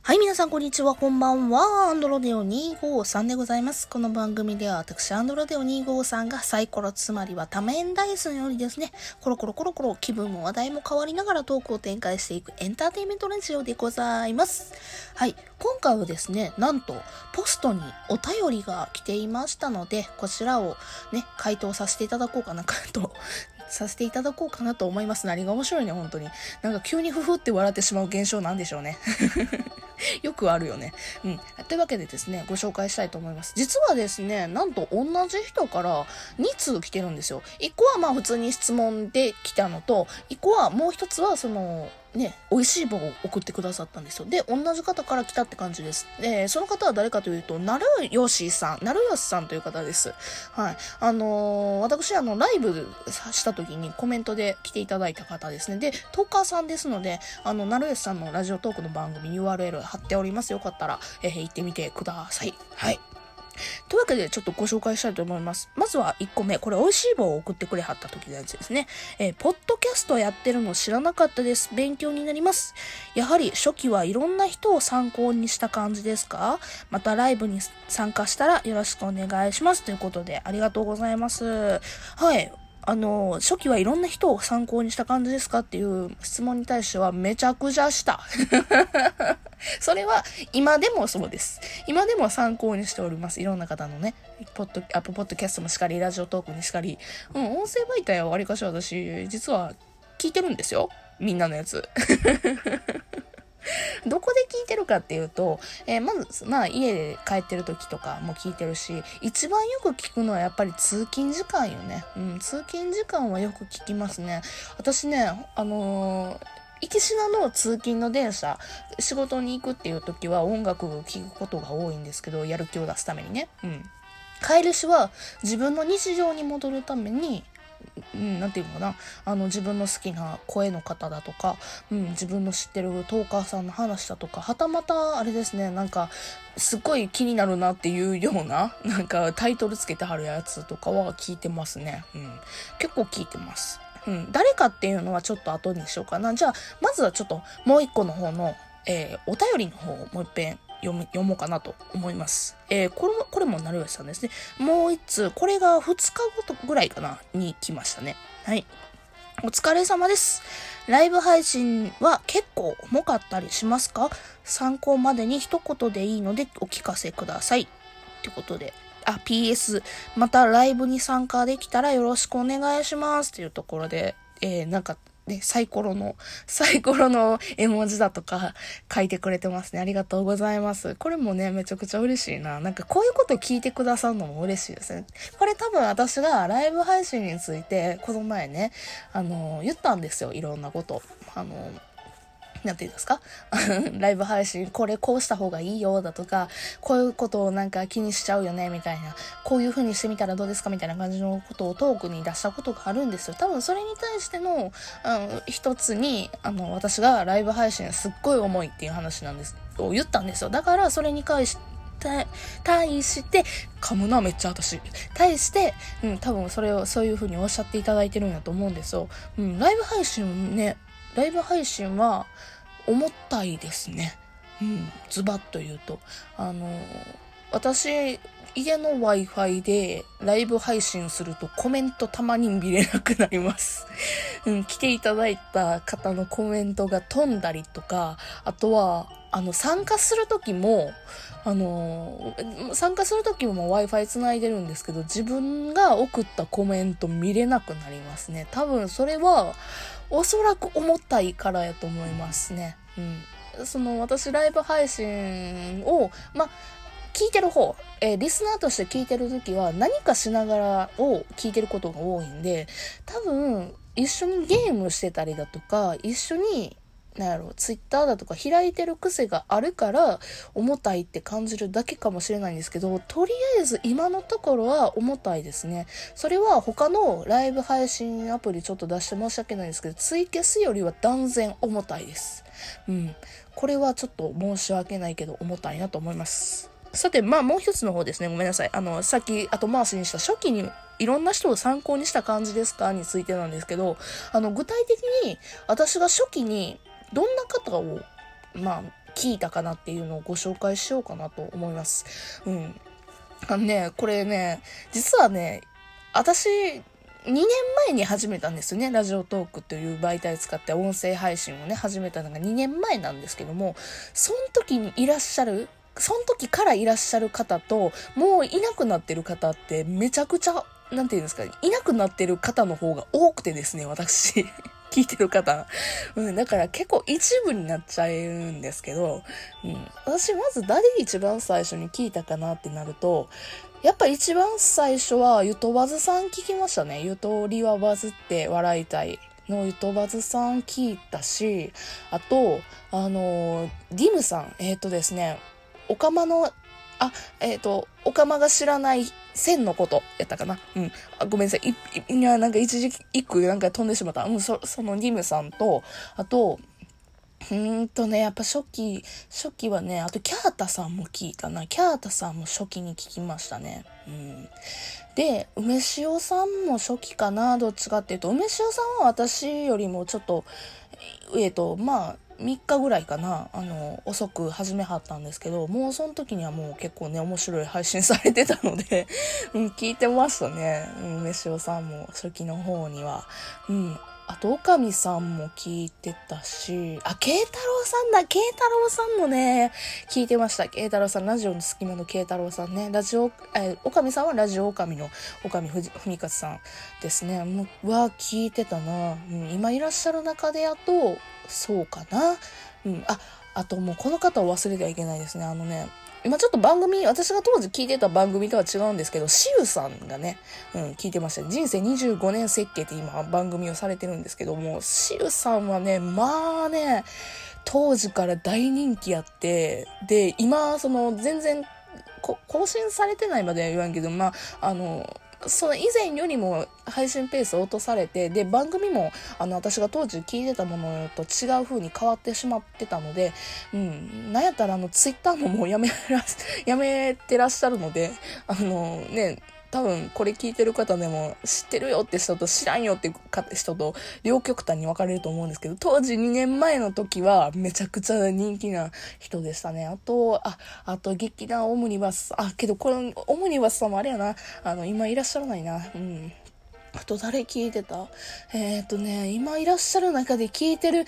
はい、皆さんこんにちは、こんばんは。アンドロデオ253でございます。この番組では私、アンドロデオ253がサイコロ、つまりは多面ダイスのようにですね、コロコロ気分も話題も変わりながらトークを展開していくエンターテインメントラジオでございます。はい、今回はですね、なんとポストにお便りが来ていましたので、こちらをね、回答させていただこうかなと思います。何が面白いね、本当に。なんか急にふふって笑ってしまう現象なんでしょうね。よくあるよね。というわけでですね、ご紹介したいと思います。実はですね、なんと同じ人から2通来てるんですよ。1個はまあ普通に質問で来たのと、1個はもう一つは美味しい棒を送ってくださったんですよ。で、同じ方から来たって感じです。で、その方は誰かというと、なるよしさんという方です。はい。私、ライブした時にコメントで来ていただいた方ですね。で、トーカーさんですので、なるよしさんのラジオトークの番組 URL 貼っております。よかったら、行ってみてください。はい。というわけでちょっとご紹介したいと思います。まずは1個目。これ美味しい棒を送ってくれはった時のやつですね。ポッドキャストやってるの知らなかったです。勉強になります。やはり初期はいろんな人を参考にした感じですか？またライブに参加したらよろしくお願いします。ということでありがとうございます。はい。初期はいろんな人を参考にした感じですかっていう質問に対してはめちゃくちゃした。それは今でもそうです。今でも参考にしております。いろんな方のね、アップポッドキャストもしかり、ラジオトークにしかり、音声媒体はわりかし私、実は聞いてるんですよ。みんなのやつ。どこで聞いてるかっていうと、家で帰ってる時とかも聞いてるし、一番よく聞くのはやっぱり通勤時間よね。通勤時間はよく聞きますね。私ね、行きしなの通勤の電車、仕事に行くっていう時は音楽を聴くことが多いんですけど、やる気を出すためにね。帰りしは自分の日常に戻るために、なんていうのかな、自分の好きな声の方だとか、自分の知ってるトーカーさんの話だとか、はたまたあれですね、なんかすっごい気になるなっていうような、なんかタイトルつけてはるやつとかは聞いてますね。結構聞いてます。誰かっていうのはちょっと後にしようかな。じゃあまずはちょっともう一個の方の、お便りの方をもう一遍読もうかなと思います。これもなるよしさんですね。もう一通、これが2日後ぐらいかなに来ましたね。はい。お疲れ様です。ライブ配信は結構重かったりしますか？参考までに一言でいいのでお聞かせください。ってことで。PS、またライブに参加できたらよろしくお願いします。っていうところで、サイコロの絵文字だとか書いてくれてますね。ありがとうございます。これもね、めちゃくちゃ嬉しいな。なんかこういうこと聞いてくださるのも嬉しいですね。これ多分私がライブ配信について、この前ね、言ったんですよ。いろんなこと。なんていうんですかライブ配信、これこうした方がいいよだとか、こういうことをなんか気にしちゃうよねみたいな、こういう風にしてみたらどうですかみたいな感じのことをトークに出したことがあるんですよ。多分それに対しての、一つに、私がライブ配信すっごい重いっていう話なんです、を言ったんですよ。だからそれに対して、噛むなめっちゃ私。対して、多分そういう風におっしゃっていただいてるんだと思うんですよ。ライブ配信は、重たいですね。ズバッと言うと。私、家の Wi-Fi でライブ配信するとコメントたまに見れなくなります。来ていただいた方のコメントが飛んだりとか、あとは、参加するときも Wi-Fi 繋いでるんですけど、自分が送ったコメント見れなくなりますね。多分それは、おそらく重たいからやと思いますね。私ライブ配信を、聞いてる方、リスナーとして聞いてるときは何かしながらを聞いてることが多いんで、多分一緒にゲームしてたりだとか、一緒にツイッターだとか開いてる癖があるから重たいって感じるだけかもしれないんですけど、とりあえず今のところは重たいですね。それは他のライブ配信アプリちょっと出して申し訳ないんですけど、ツイキャスよりは断然重たいです。これはちょっと申し訳ないけど重たいなと思います。さて、もう一つの方ですね。ごめんなさい。さっき後回しにした初期にいろんな人を参考にした感じですかについてなんですけど、具体的に私が初期にどんな方を聞いたかなっていうのをご紹介しようかなと思います。これね、実はね、私、2年前に始めたんですよね。ラジオトークという媒体使って音声配信をね、始めたのが2年前なんですけども、その時からいらっしゃる方と、もういなくなってる方ってめちゃくちゃ、なんていうんですか、いなくなってる方の方が多くてですね、私。聞いてる方。だから結構一部になっちゃうんですけど、私まず誰一番最初に聞いたかなってなると、やっぱ一番最初はゆとばずさん聞きましたね。ゆとりはバズって笑いたいのゆとばずさん聞いたし、あと、ディムさん、ですね、おかまの、おかまが知らない線のことやったかな。ごめんなさい。なんか一句なんか飛んでしまった。そのディムさんと、あと、やっぱ初期はね、あとキャータさんも聞いたな。キャータさんも初期に聞きましたね。で、梅塩さんも初期かな、どっちかっていうと、梅塩さんは私よりもちょっと、3日ぐらいかな、遅く始めはったんですけど、もうその時にはもう結構ね、面白い配信されてたので、聞いてましたね。梅塩さんも初期の方には。あと、おかみさんも聞いてたし、慶太郎さんだ、慶太郎さんもね、聞いてました。慶太郎さん、ラジオの隙間の慶太郎さんね、おかみさんはラジオおかみの、おかみふみかつさんですね。聞いてたな。今いらっしゃる中でやと、そうかな。あともうこの方を忘れてはいけないですね。今ちょっと私が当時聞いてた番組とは違うんですけど、シウさんがね、聞いてました。人生25年設計って今番組をされてるんですけども、シウさんはね、当時から大人気あって、で、今、全然、更新されてないまでは言わんけど、その以前よりも配信ペースを落とされて、で、番組も、私が当時聞いてたものと違う風に変わってしまってたので、なんやったらツイッターもうやめてらっしゃるので、多分これ聞いてる方でも知ってるよって人と知らんよって人と両極端に分かれると思うんですけど、当時2年前の時はめちゃくちゃ人気な人でしたね。あと劇団オムニバス、けどこれオムニバスさんもあれやな、今いらっしゃらないな。あと誰聞いてた？今いらっしゃる中で聞いてる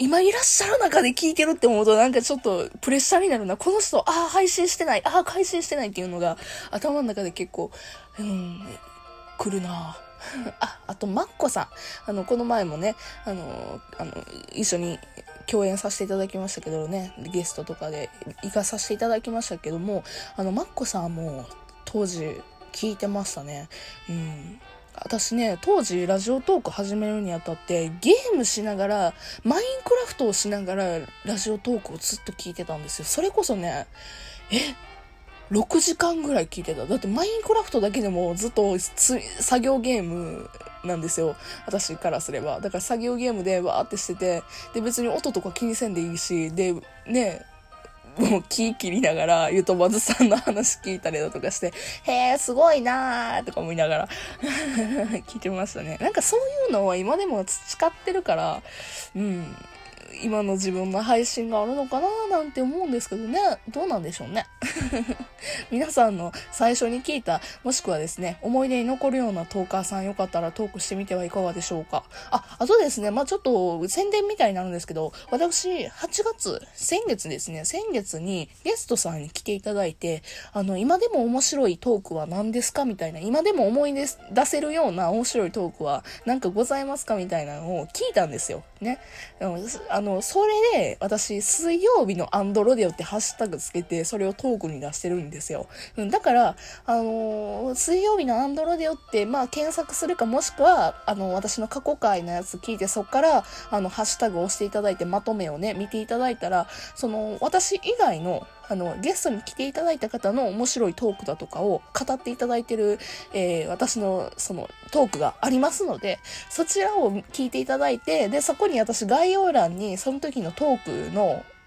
って思うとなんかちょっとプレッシャーになるな。この人、配信してないっていうのが頭の中で結構、来るな。あと、マッコさん。この前もね、一緒に共演させていただきましたけどね、ゲストとかで行かさせていただきましたけども、マッコさんも当時聞いてましたね。私ね、当時ラジオトーク始めるにあたってゲームしながら、マインクラフトをしながらラジオトークをずっと聞いてたんですよ。それこそね、6時間ぐらい聞いてた。だってマインクラフトだけでもずっと作業ゲームなんですよ。私からすれば。だから作業ゲームでわーってしてて、で別に音とか気にせんでいいし、で、ね、もう気切りながらゆとばずさんの話聞いたりだとかして、へーすごいなーとか思いながら聞いてましたね。なんかそういうのは今でも培ってるから、今の自分の配信があるのかななんて思うんですけどね。どうなんでしょうね。皆さんの最初に聞いた、もしくはですね、思い出に残るようなトーカーさんよかったらトークしてみてはいかがでしょうか。あとですね、ちょっと宣伝みたいになるんですけど、私、先月にゲストさんに来ていただいて、今でも面白いトークは何ですかみたいな、今でも思い出せるような面白いトークは何かございますかみたいなのを聞いたんですよ。ね。それで、私、水曜日のアンドロデオってハッシュタグつけて、それをトークに出してるんですよ。だから、水曜日のアンドロデオって、検索するか、もしくは、私の過去回のやつ聞いて、そっから、ハッシュタグを押していただいて、まとめをね、見ていただいたら、私以外の、ゲストに来ていただいた方の面白いトークだとかを語っていただいてる、私のそのトークがありますので、そちらを聞いていただいて、で、そこに私概要欄にその時のトークの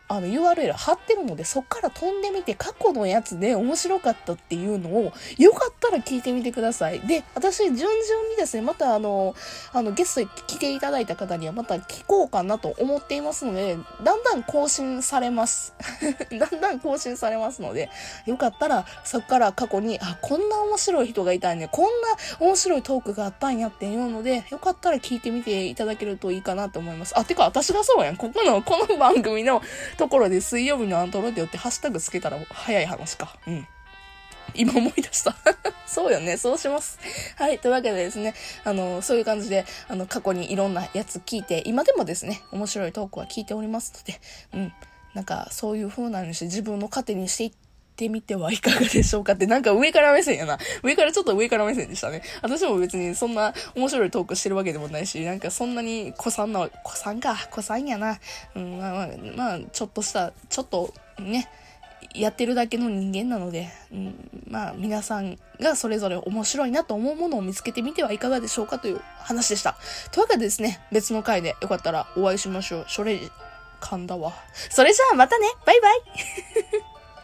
URL 貼ってるので、そっから飛んでみて、過去のやつで面白かったっていうのを、よかったら聞いてみてください。で、私、順々にですね、またゲストに来ていただいた方にはまた聞こうかなと思っていますので、だんだん更新されます。だんだん更新されますので、よかったら、そっから過去に、こんな面白い人がいたんね、こんな面白いトークがあったんやっていうので、よかったら聞いてみていただけるといいかなと思います。てか、私がそうやん。この番組のところで水曜日のアントロデオってハッシュタグつけたら早い話か。うん。今思い出した。そうよね。そうします。はい。というわけでですね、そういう感じで、過去にいろんなやつ聞いて、今でもですね、面白いトークは聞いておりますので、なんか、そういう風なのにして自分の糧にしていってみてはいかがでしょうかって、なんか上から目線やな。ちょっと上から目線でしたね。私も別にそんな面白いトークしてるわけでもないし、なんかそんなに子さんやな。まあ、ちょっとね、やってるだけの人間なので、まあ皆さんがそれぞれ面白いなと思うものを見つけてみてはいかがでしょうかという話でした。というわけでですね、別の回でよかったらお会いしましょう。それ噛んだわ。それじゃあまたね。バイバイ。